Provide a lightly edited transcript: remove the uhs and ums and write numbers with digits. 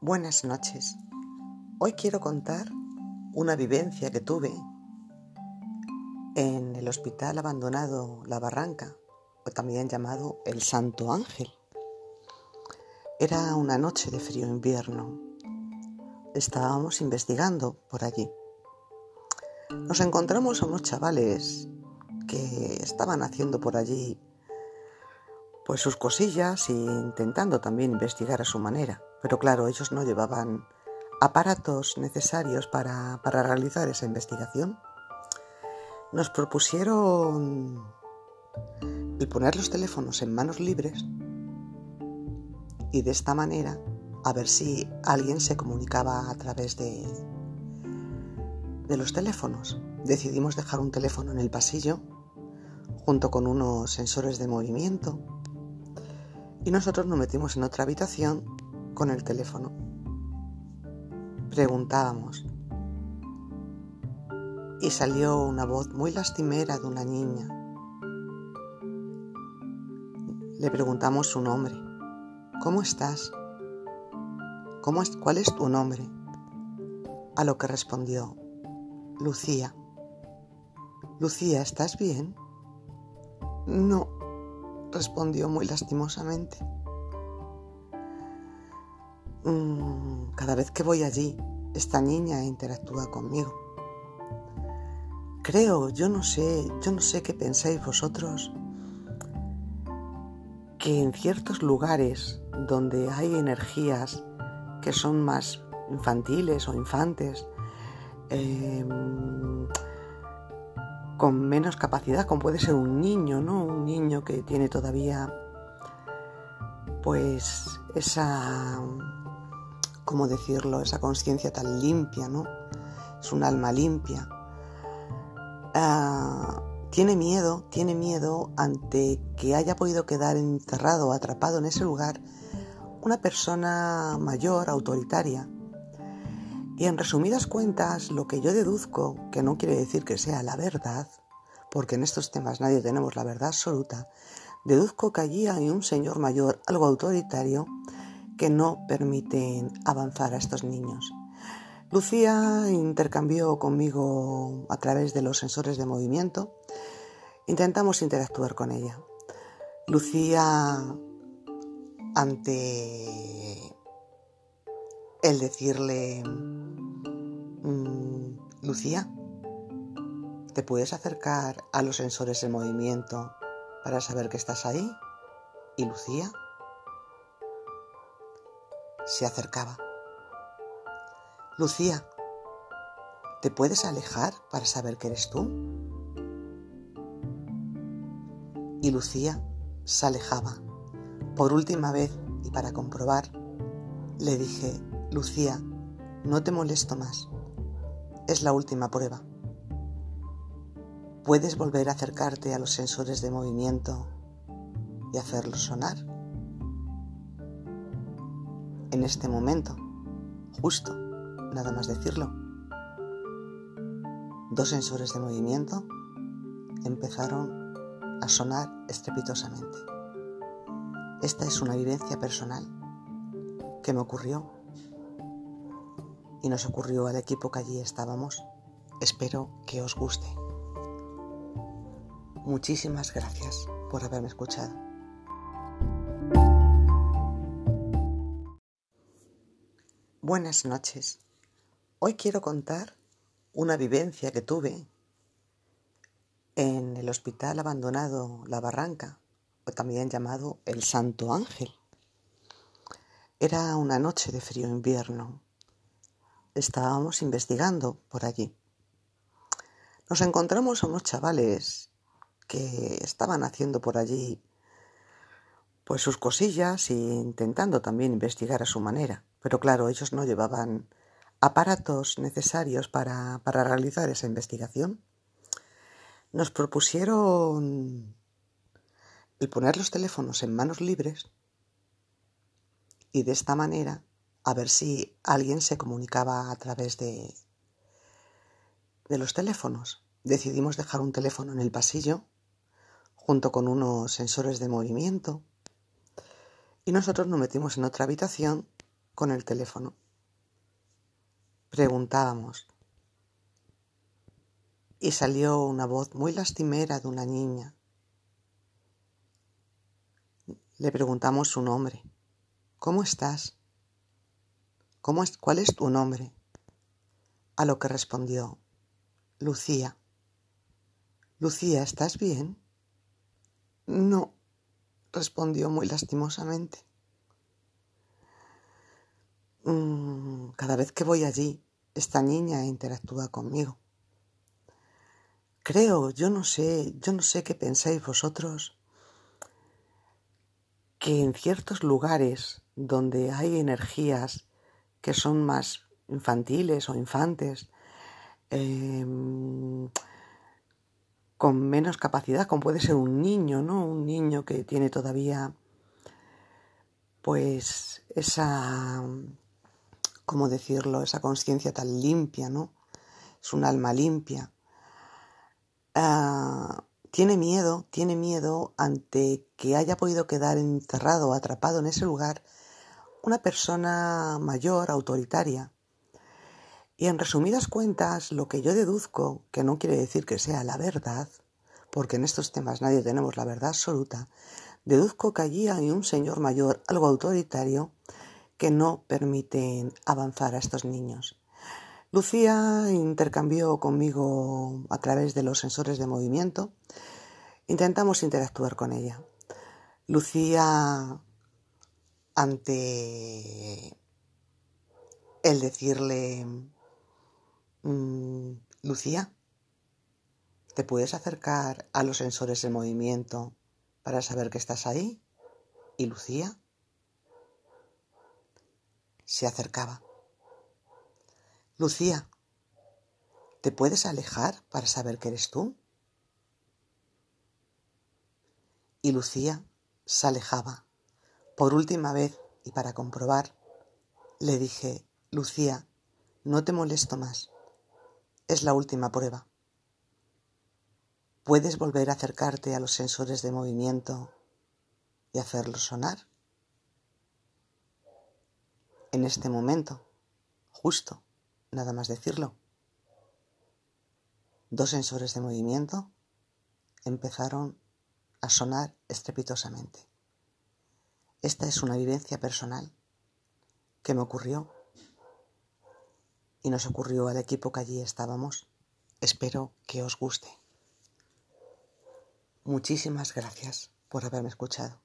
Buenas noches. Hoy quiero contar una vivencia que tuve en el hospital abandonado La Barranca, o también llamado El Santo Ángel. Era una noche de frío invierno. Estábamos investigando por allí. Nos encontramos a unos chavales que estaban haciendo por allí pues sus cosillas e intentando también investigar a su manera. Pero claro, ellos no llevaban aparatos necesarios para realizar esa investigación. Nos propusieron el poner los teléfonos en manos libres y de esta manera a ver si alguien se comunicaba a través de los teléfonos. Decidimos dejar un teléfono en el pasillo junto con unos sensores de movimiento y nosotros nos metimos en otra habitación con el teléfono. Preguntábamos y salió una voz muy lastimera de una niña. Le preguntamos su nombre. ¿Cómo estás? ¿Cuál es tu nombre? A lo que respondió: Lucía. Lucía, ¿estás bien? No, respondió muy lastimosamente. Cada vez que voy allí, esta niña interactúa conmigo. Creo, yo no sé qué pensáis vosotros, que en ciertos lugares donde hay energías que son más infantiles o infantes, con menos capacidad, como puede ser un niño, ¿no? Un niño que tiene todavía pues esa, ¿cómo decirlo?, esa conciencia tan limpia, ¿no? Es un alma limpia. Tiene miedo ante que haya podido quedar encerrado o atrapado en ese lugar una persona mayor, autoritaria. Y en resumidas cuentas, lo que yo deduzco, que no quiere decir que sea la verdad, porque en estos temas nadie tenemos la verdad absoluta, deduzco que allí hay un señor mayor, algo autoritario, que no permite avanzar a estos niños. Lucía intercambió conmigo a través de los sensores de movimiento. Intentamos interactuar con ella. Lucía, ante el decirle: Lucía, ¿te puedes acercar a los sensores de movimiento para saber que estás ahí? Y Lucía se acercaba. Lucía, ¿te puedes alejar para saber que eres tú? Y Lucía se alejaba. Por última vez, y para comprobar, le dije: Lucía, no te molesto más. Es la última prueba. ¿Puedes volver a acercarte a los sensores de movimiento y hacerlos sonar? En este momento, justo, nada más decirlo, 2 sensores de movimiento empezaron a sonar estrepitosamente. Esta es una vivencia personal que me ocurrió y nos ocurrió al equipo que allí estábamos. Espero que os guste. Muchísimas gracias por haberme escuchado. Buenas noches. Hoy quiero contar una vivencia que tuve en el hospital abandonado La Barranca, o también llamado El Santo Ángel. Era una noche de frío invierno. Estábamos investigando por allí. Nos encontramos a unos chavales que estaban haciendo por allí pues sus cosillas e intentando también investigar a su manera. Pero claro, ellos no llevaban aparatos necesarios para realizar esa investigación. Nos propusieron el poner los teléfonos en manos libres y de esta manera a ver si alguien se comunicaba a través de los teléfonos. Decidimos dejar un teléfono en el pasillo junto con unos sensores de movimiento y nosotros nos metimos en otra habitación con el teléfono. Preguntábamos y salió una voz muy lastimera de una niña. Le preguntamos su nombre. ¿Cómo estás? ¿Cuál es tu nombre? A lo que respondió, Lucía. Lucía, ¿estás bien? No, respondió muy lastimosamente. Cada vez que voy allí, esta niña interactúa conmigo. Creo, yo no sé qué pensáis vosotros, que en ciertos lugares donde hay energías que son más infantiles o infantes, con menos capacidad, como puede ser un niño, ¿no? Un niño que tiene todavía, pues, esa, ¿cómo decirlo? Esa conciencia tan limpia, ¿no? Es un alma limpia. Tiene miedo ante que haya podido quedar encerrado o atrapado en ese lugar una persona mayor, autoritaria. Y en resumidas cuentas, lo que yo deduzco, que no quiere decir que sea la verdad, porque en estos temas nadie tenemos la verdad absoluta, deduzco que allí hay un señor mayor, algo autoritario, que no permite avanzar a estos niños. Lucía intercambió conmigo a través de los sensores de movimiento. Intentamos interactuar con ella. Lucía, ante el decirle, Lucía, ¿te puedes acercar a los sensores de movimiento para saber que estás ahí? Y Lucía se acercaba. Lucía, ¿te puedes alejar para saber que eres tú? Y Lucía se alejaba. Por última vez, y para comprobar, le dije, Lucía, no te molesto más. Es la última prueba. ¿Puedes volver a acercarte a los sensores de movimiento y hacerlos sonar? En este momento, justo, nada más decirlo, 2 sensores de movimiento empezaron a sonar estrepitosamente. Esta es una vivencia personal que me ocurrió y nos ocurrió al equipo que allí estábamos. Espero que os guste. Muchísimas gracias por haberme escuchado.